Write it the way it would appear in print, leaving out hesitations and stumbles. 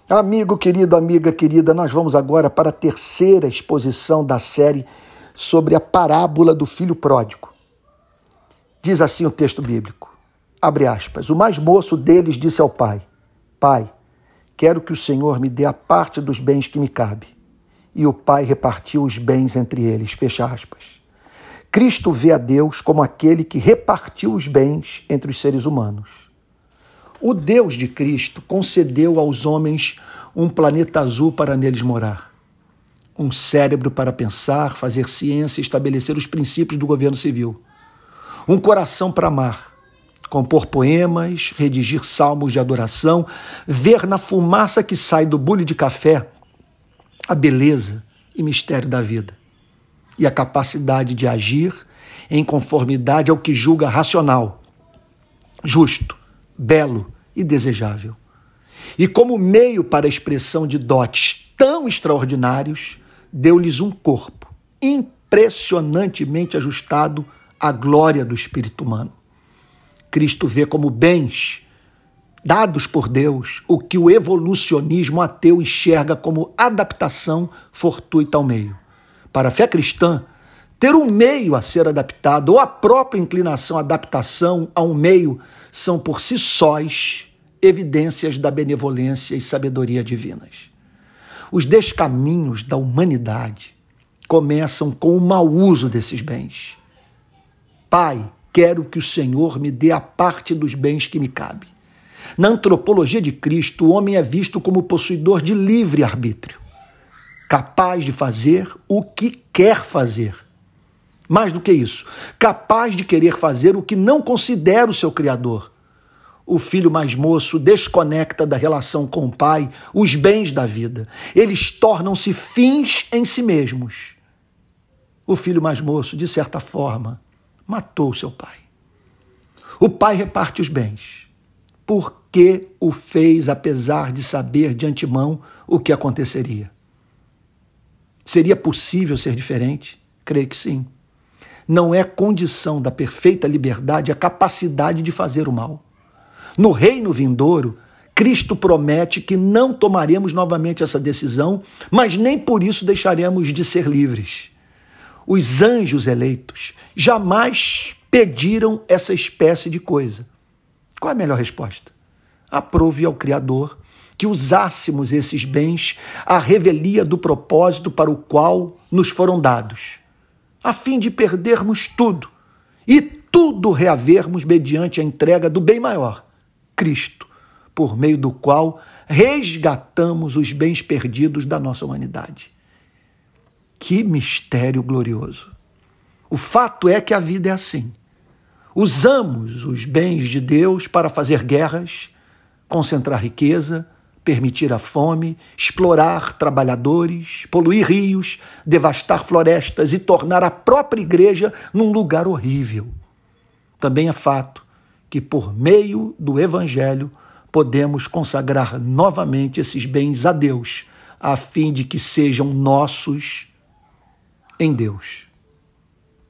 Amigo querido, amiga querida, nós vamos agora para a terceira exposição da série sobre a parábola do filho pródigo. Diz assim o texto bíblico, abre aspas, o mais moço deles disse ao pai, Pai, quero que o Senhor me dê a parte dos bens que me cabe. E o pai repartiu os bens entre eles, fecha aspas. Cristo vê a Deus como aquele que repartiu os bens entre os seres humanos. O Deus de Cristo concedeu aos homens um planeta azul para neles morar, um cérebro para pensar, fazer ciência e estabelecer os princípios do governo civil, um coração para amar, compor poemas, redigir salmos de adoração, ver na fumaça que sai do bule de café a beleza e mistério da vida e a capacidade de agir em conformidade ao que julga racional, justo, belo e desejável. E como meio para a expressão de dotes tão extraordinários, deu-lhes um corpo impressionantemente ajustado à glória do espírito humano. Cristo vê como bens dados por Deus o que o evolucionismo ateu enxerga como adaptação fortuita ao meio. Para a fé cristã, ter um meio a ser adaptado ou a própria inclinação à adaptação a um meio são por si sós evidências da benevolência e sabedoria divinas. Os descaminhos da humanidade começam com o mau uso desses bens. Pai, quero que o Senhor me dê a parte dos bens que me cabe. Na antropologia de Cristo, o homem é visto como possuidor de livre arbítrio, capaz de fazer o que quer fazer. Mais do que isso, capaz de querer fazer o que não considera o seu Criador. O filho mais moço desconecta da relação com o pai os bens da vida. Eles tornam-se fins em si mesmos. O filho mais moço, de certa forma, matou seu pai. O pai reparte os bens. Por que o fez, apesar de saber de antemão o que aconteceria? Seria possível ser diferente? Creio que sim. Não é condição da perfeita liberdade a capacidade de fazer o mal. No reino vindouro, Cristo promete que não tomaremos novamente essa decisão, mas nem por isso deixaremos de ser livres. Os anjos eleitos jamais pediram essa espécie de coisa. Qual é a melhor resposta? Aprove ao Criador que usássemos esses bens à revelia do propósito para o qual nos foram dados, a fim de perdermos tudo e tudo reavermos mediante a entrega do bem maior, Cristo, por meio do qual resgatamos os bens perdidos da nossa humanidade. Que mistério glorioso! O fato é que a vida é assim. Usamos os bens de Deus para fazer guerras, concentrar riqueza, permitir a fome, explorar trabalhadores, poluir rios, devastar florestas e tornar a própria igreja num lugar horrível. Também é fato que, por meio do Evangelho, podemos consagrar novamente esses bens a Deus, a fim de que sejam nossos em Deus.